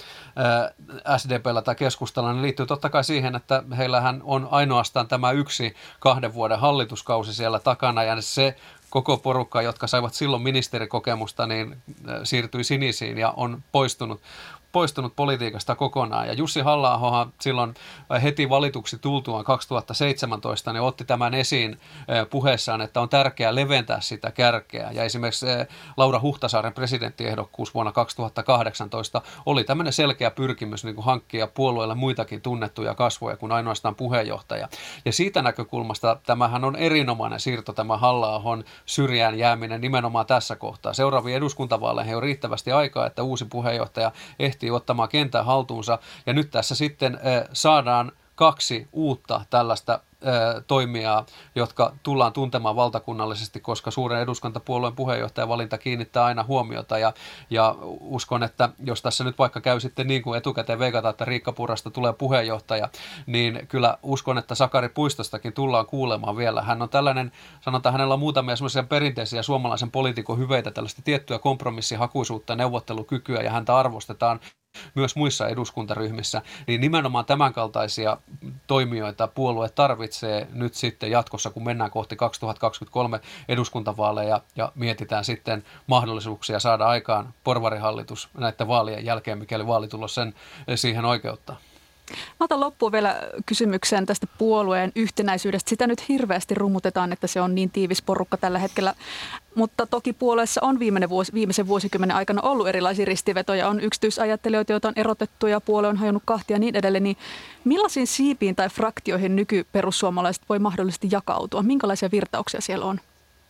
S1: S D P:llä tai keskustalla, niin liittyy totta kai siihen, että heillähän on ainoastaan tämä yksi kahden vuoden hallituskausi siellä takana, ja se koko porukka, jotka saivat silloin ministerikokemusta, niin siirtyi sinisiin ja on poistunut poistunut politiikasta kokonaan. Ja Jussi Halla-ahohan silloin heti valituksi tultuaan kaksituhattaseitsemäntoista niin otti tämän esiin puheessaan, että on tärkeää leventää sitä kärkeä. Ja esimerkiksi Laura Huhtasaaren presidenttiehdokkuus vuonna kaksituhattakahdeksantoista oli tämmöinen selkeä pyrkimys niin kuin hankkia puolueelle muitakin tunnettuja kasvoja kuin ainoastaan puheenjohtaja. Ja siitä näkökulmasta tämähän on erinomainen siirto, tämä Halla-ahon syrjään jääminen nimenomaan tässä kohtaa. Seuraaviin eduskuntavaaleihin on riittävästi aikaa, että uusi puheenjohtaja ehtii ottamaan kentän haltuunsa, ja nyt tässä sitten äh, saadaan kaksi uutta tällaista äh, toimijaa, jotka tullaan tuntemaan valtakunnallisesti, koska suuren eduskuntapuolueen puheenjohtajavalinta kiinnittää aina huomiota, ja, ja uskon, että jos tässä nyt vaikka käy sitten niin kuin etukäteen veikataan, että Riikka Purrasta tulee puheenjohtaja, niin kyllä uskon, että Sakari Puistostakin tullaan kuulemaan vielä. Hän on tällainen, sanotaan, hänellä on muutamia semmoisia perinteisiä suomalaisen poliitikon hyveitä, tällaista tiettyä kompromissihakuisuutta, neuvottelukykyä, ja häntä arvostetaan myös muissa eduskuntaryhmissä, niin nimenomaan tämänkaltaisia toimijoita puolue tarvitsee nyt sitten jatkossa, kun mennään kohti kaksituhattakaksikymmentäkolme eduskuntavaaleja ja mietitään sitten mahdollisuuksia saada aikaan porvarihallitus näiden vaalien jälkeen, mikäli vaalitulos sen siihen oikeuttaa.
S4: Mä otan loppuun vielä kysymyksen tästä puolueen yhtenäisyydestä. Sitä nyt hirveästi rummutetaan, että se on niin tiivis porukka tällä hetkellä. Mutta toki puolueessa on viimeinen vuosi, viimeisen vuosikymmenen aikana ollut erilaisia ristivetoja. On yksityisajattelijoita, joita on erotettu ja puolue on hajonnut kahtia ja niin edelleen. Niin millaisiin siipiin tai fraktioihin nykyperussuomalaiset voi mahdollisesti jakautua? Minkälaisia virtauksia siellä on?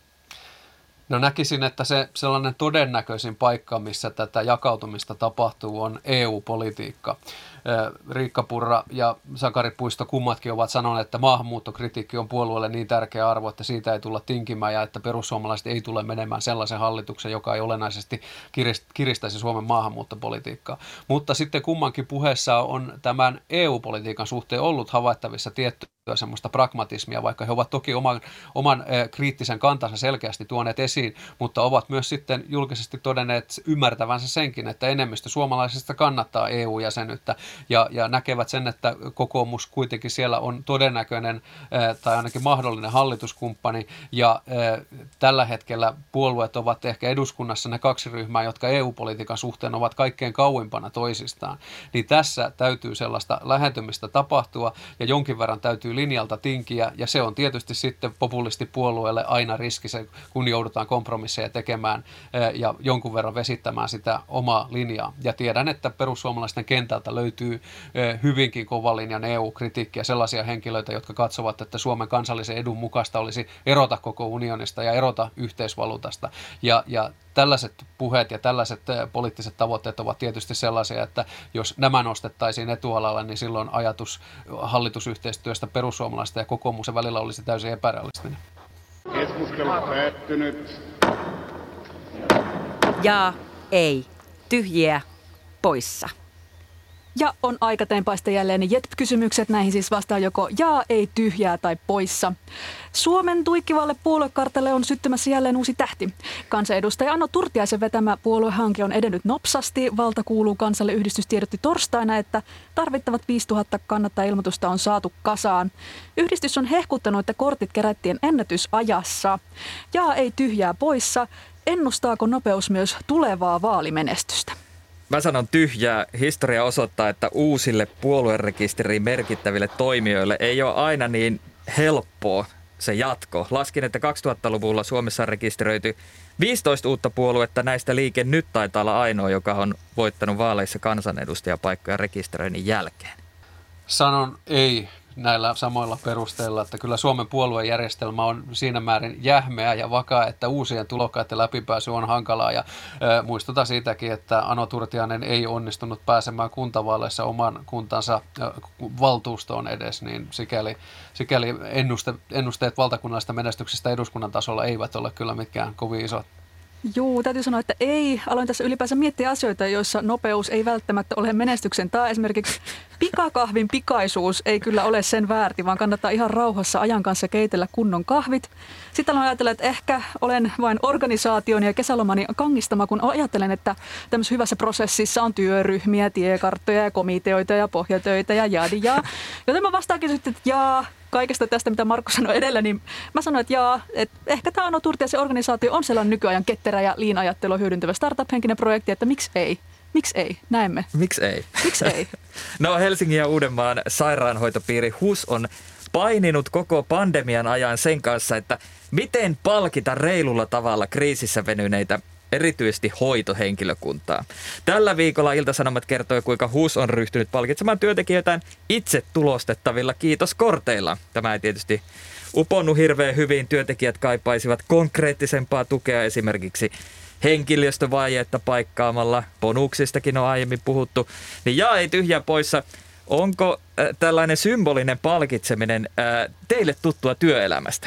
S1: No näkisin, että se sellainen todennäköisin paikka, missä tätä jakautumista tapahtuu, on E U-politiikka. Riikka Purra ja Sakari Puisto kummatkin ovat sanoneet, että maahanmuuttokritiikki on puolueelle niin tärkeä arvo, että siitä ei tulla tinkimään ja että perussuomalaiset ei tule menemään sellaisen hallituksen, joka ei olennaisesti kiristäisi Suomen maahanmuuttopolitiikkaa. Mutta sitten kummankin puheessa on tämän E U-politiikan suhteen ollut havaittavissa tiettyä semmoista pragmatismia, vaikka he ovat toki oman, oman kriittisen kantansa selkeästi tuoneet esiin, mutta ovat myös sitten julkisesti todenneet ymmärtävänsä senkin, että enemmistö suomalaisista kannattaa E U-jäsenyyttä ja, ja näkevät sen, että kokoomus kuitenkin siellä on todennäköinen tai ainakin mahdollinen hallituskumppani, ja tällä hetkellä puolueet ovat ehkä eduskunnassa ne kaksi ryhmää, jotka E U-politiikan suhteen ovat kaikkein kauimpana toisistaan. Niin tässä täytyy sellaista lähentymistä tapahtua ja jonkin verran täytyy linjalta tinkiä, ja se on tietysti sitten populistipuolueelle aina riski se, kun joudutaan kompromisseja tekemään ja jonkun verran vesittämään sitä omaa linjaa. Ja tiedän, että perussuomalaisten kentältä löytyy hyvinkin kova linjan E U-kritiikkiä, sellaisia henkilöitä, jotka katsovat, että Suomen kansallisen edun mukaista olisi erota koko unionista ja erota yhteisvaluutasta. Ja, ja tällaiset puheet ja tällaiset poliittiset tavoitteet ovat tietysti sellaisia, että jos nämä nostettaisiin etualalle, niin silloin ajatus hallitusyhteistyöstä perussuomalaisten ja kokoomuksen välillä olisi täysin epärealistinen.
S2: Keskustelu päättynyt.
S3: Jaa, ei, tyhjiä, poissa.
S4: Ja on aika tempaista jälleen ne J E T P-kysymykset. Näihin siis vastaa joko jaa, ei, tyhjää tai poissa. Suomen tuikkivalle puoluekartalle on syttymässä jälleen uusi tähti. Kansanedustaja Anno Turtiaisen vetämä puoluehanke on edennyt nopsasti. Valta kuuluu kansalle -yhdistys tiedotti torstaina, että tarvittavat viisituhatta kannattajailmoitusta on saatu kasaan. Yhdistys on hehkuttanut, että kortit kerättiin ennätysajassa. Jaa, ei, tyhjää, poissa. Ennustaako nopeus myös tulevaa vaalimenestystä?
S5: Mä sanon tyhjää. Historia osoittaa, että uusille puoluerekisteriin merkittäville toimijoille ei ole aina niin helppoa se jatko. Laskin, että kaksituhattaluvulla Suomessa on rekisteröity viisitoista uutta puoluetta. Näistä Liike Nyt taitaa olla ainoa, joka on voittanut vaaleissa kansanedustajapaikkoja rekisteröinnin jälkeen.
S1: Sanon ei näillä samoilla perusteilla, että kyllä Suomen puoluejärjestelmä on siinä määrin jähmeä ja vakaa, että uusien tulokkaiden läpipääsy on hankalaa. Ja äh, muistutan siitäkin, että Ano Turtiainen ei onnistunut pääsemään kuntavaaleissa oman kuntansa äh, valtuustoon edes, niin sikäli, sikäli ennuste, ennusteet valtakunnallisesta menestyksestä eduskunnan tasolla eivät ole kyllä mitkään kovin isot.
S4: Juu, täytyy sanoa, että ei. Aloin tässä ylipäänsä miettiä asioita, joissa nopeus ei välttämättä ole menestyksen. Tai esimerkiksi pikakahvin pikaisuus ei kyllä ole sen väärti, vaan kannattaa ihan rauhassa ajan kanssa keitellä kunnon kahvit. Sitten aloin ajatella, että ehkä olen vain organisaation ja kesälomani kangistama, kun ajattelen, että tämmöisessä hyvässä prosessissa on työryhmiä, tiekarttoja ja komiteoita ja pohjatöitä ja jadiaa. Joten mä vastaankin sitten, että jaa. Kaikesta tästä, mitä Markku sanoi edellä, niin mä sanoin, että jaa, että ehkä tämä Ano Turtiaisen organisaatio on sellainen nykyajan ketterä ja lean-ajattelua hyödyntävä startup-henkinen projekti, että miksi ei? Miksi ei? Näemme.
S5: Miksi ei?
S4: Miksi ei?
S5: No Helsingin ja Uudenmaan sairaanhoitopiiri H U S on paininut koko pandemian ajan sen kanssa, että miten palkita reilulla tavalla kriisissä venyneitä erityisesti hoitohenkilökuntaa. Tällä viikolla Ilta-Sanomat kertoi, kuinka H U S on ryhtynyt palkitsemaan työntekijöitään itse tulostettavilla kiitoskorteilla. Tämä ei tietysti uponnut hirveän hyvin. Työntekijät kaipaisivat konkreettisempaa tukea esimerkiksi henkilöstövajetta paikkaamalla. Bonuksistakin on aiemmin puhuttu. Niin jaa, ei tyhjää poissa. Onko äh, tällainen symbolinen palkitseminen äh, teille tuttua työelämästä?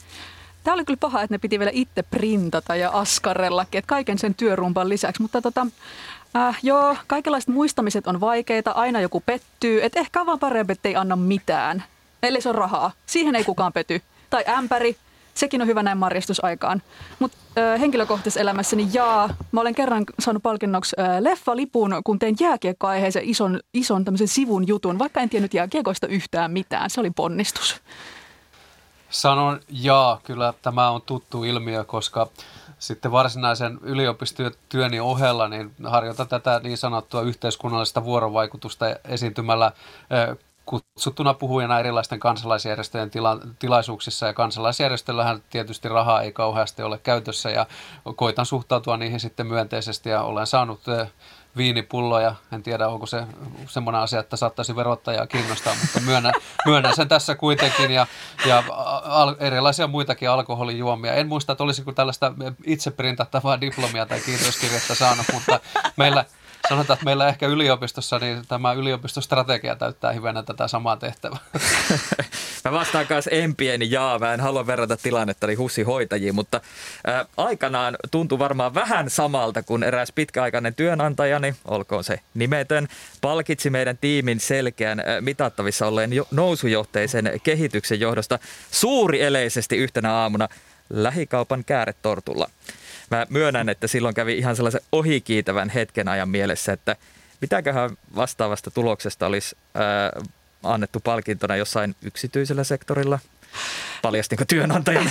S4: Tämä oli kyllä paha, että ne piti vielä itse printata ja askarellakin, että kaiken sen työrumpan lisäksi. Mutta tota, äh, joo, kaikenlaiset muistamiset on vaikeita, aina joku pettyy. Että ehkä on vaan parempi, että ei anna mitään, ellei se on rahaa. Siihen ei kukaan pety. Tai ämpäri, sekin on hyvä näin marjastusaikaan. Mutta äh, henkilökohtaisessa elämässäni jaa, mä olen kerran saanut palkinnoksi äh, leffalipun, kun tein jääkiekkoaiheisen ison, ison tämmöisen sivun jutun, vaikka en tiennyt jääkiekoista yhtään mitään. Se oli ponnistus.
S1: Sanon jaa, kyllä tämä on tuttu ilmiö, koska sitten varsinaisen yliopistotyöni ohella niin harjoitan tätä niin sanottua yhteiskunnallista vuorovaikutusta esiintymällä kutsuttuna puhujana erilaisten kansalaisjärjestöjen tila, tilaisuuksissa. Ja kansalaisjärjestöllähän tietysti rahaa ei kauheasti ole käytössä ja koitan suhtautua niihin sitten myönteisesti ja olen saanut viinipulloja. En tiedä, onko se semmoinen asia, että saattaisi verottajaa kiinnostaa, mutta myönnän, myönnän sen tässä kuitenkin ja, ja al, erilaisia muitakin alkoholijuomia. En muista, että olisiko tällaista itse printattavaa diplomia tai kiitoskirjettä saanut, mutta meillä sanotaan, että meillä ehkä yliopistossa, niin tämä yliopistostrategia täyttää hyvänä tätä samaa tehtävää.
S5: Mä vastaan kanssa empieni jaa, mä en halua verrata tilannetta eli H U Sin hoitajiin, mutta ää, aikanaan tuntui varmaan vähän samalta, kun eräs pitkäaikainen työnantajani, olkoon se nimetön, palkitsi meidän tiimin selkeän ää, mitattavissa olleen jo, nousujohteisen kehityksen johdosta suurieleisesti yhtenä aamuna lähikaupan kääretortulla. Mä myönnän, että silloin kävi ihan sellaisen ohikiitävän hetken ajan mielessä, että mitäköhän vastaavasta tuloksesta olisi ää, annettu palkintona jossain yksityisellä sektorilla. Paljastinko työnantajan?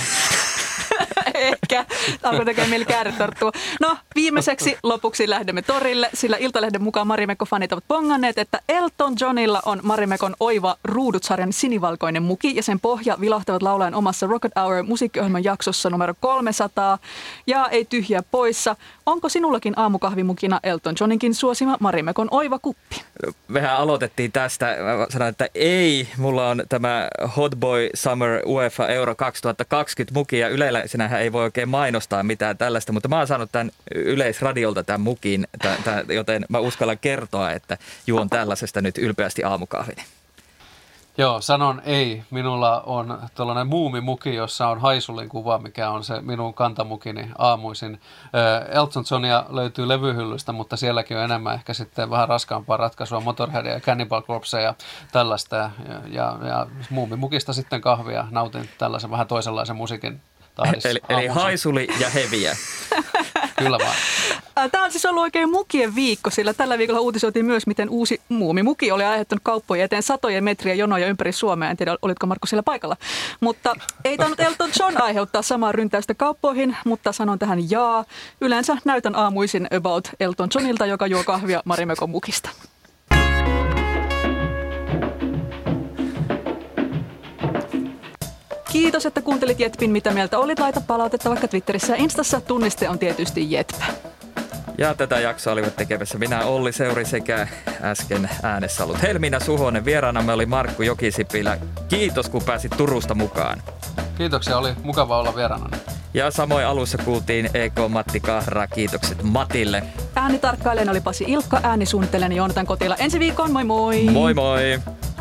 S4: Ehkä. Alkoi tekemään mieli kääretorttua. No, viimeiseksi lopuksi lähdemme torille, sillä Iltalehden mukaan Marimekko-fanit ovat ponganneet, että Elton Johnilla on Marimekon oiva Ruudut-sarjan sinivalkoinen muki ja sen pohja vilahtavat laulajan omassa Rocket Hour musiikkiohjelman jaksossa numero kolmesataa. Ja ei tyhjää poissa. Onko sinullakin aamukahvimukina Elton Johninkin suosima Marimekon oiva kuppi?
S5: Mehän aloitettiin tästä. Mä sanoin, että ei. Mulla on tämä Hot Boy Summer UEFA Euro kaksituhattakaksikymmentä muki ja yleisenähän ei voi oikein mainostaa mitään tällaista, mutta mä oon saanut tämän Yleisradiolta tämän mukin, tämän, tämän, joten mä uskallan kertoa, että juon tällaisesta nyt ylpeästi aamukahvini.
S1: Joo, sanon ei. Minulla on tuollainen muumimuki, jossa on Haisulin kuva, mikä on se minun kantamukini aamuisin. Elton Johnia löytyy levyhyllystä, mutta sielläkin on enemmän ehkä sitten vähän raskaampaa ratkaisua, Motorheadia ja Cannibal Corpsea ja tällaista. Ja, ja, ja muumimukista sitten kahvia, nautin tällaisen vähän toisenlaisen musiikin tahdissa.
S5: Eli, eli haisuli ja heviä.
S1: Kyllä vaan.
S4: Tämä on siis ollut oikein mukien viikko, sillä tällä viikolla uutisoitiin myös, miten uusi muumimuki oli aiheuttanut kauppojen eteen satojen metriä jonoja ympäri Suomea. En tiedä, olitko Markku siellä paikalla. Mutta ei tainnut Elton John aiheuttaa samaa ryntäystä kauppoihin, mutta sanon tähän jaa. Yleensä näytän aamuisin about Elton Johnilta, joka juo kahvia Marimekon mukista. Kiitos, että kuuntelit Jetpin. Mitä mieltä olit? Laita palautetta vaikka Twitterissä ja Instassa. Tunniste on tietysti Jetpä.
S5: Ja tätä jaksoa olivat tekemässä minä Olli Seuri sekä äsken äänessä ollut Helmiina Suhonen. Vieraanamme oli Markku Jokisipilä. Kiitos kun pääsit Turusta mukaan.
S1: Kiitoksia, oli mukava olla vieraana.
S5: Ja samoin alussa kuultiin E K Matti Kahra. Kiitokset Matille.
S4: Äänitarkkailijana oli Pasi Ilkka, äänisuunnittelijana Joonatan Kotila. Ensi viikkoon, moi moi!
S5: Moi moi!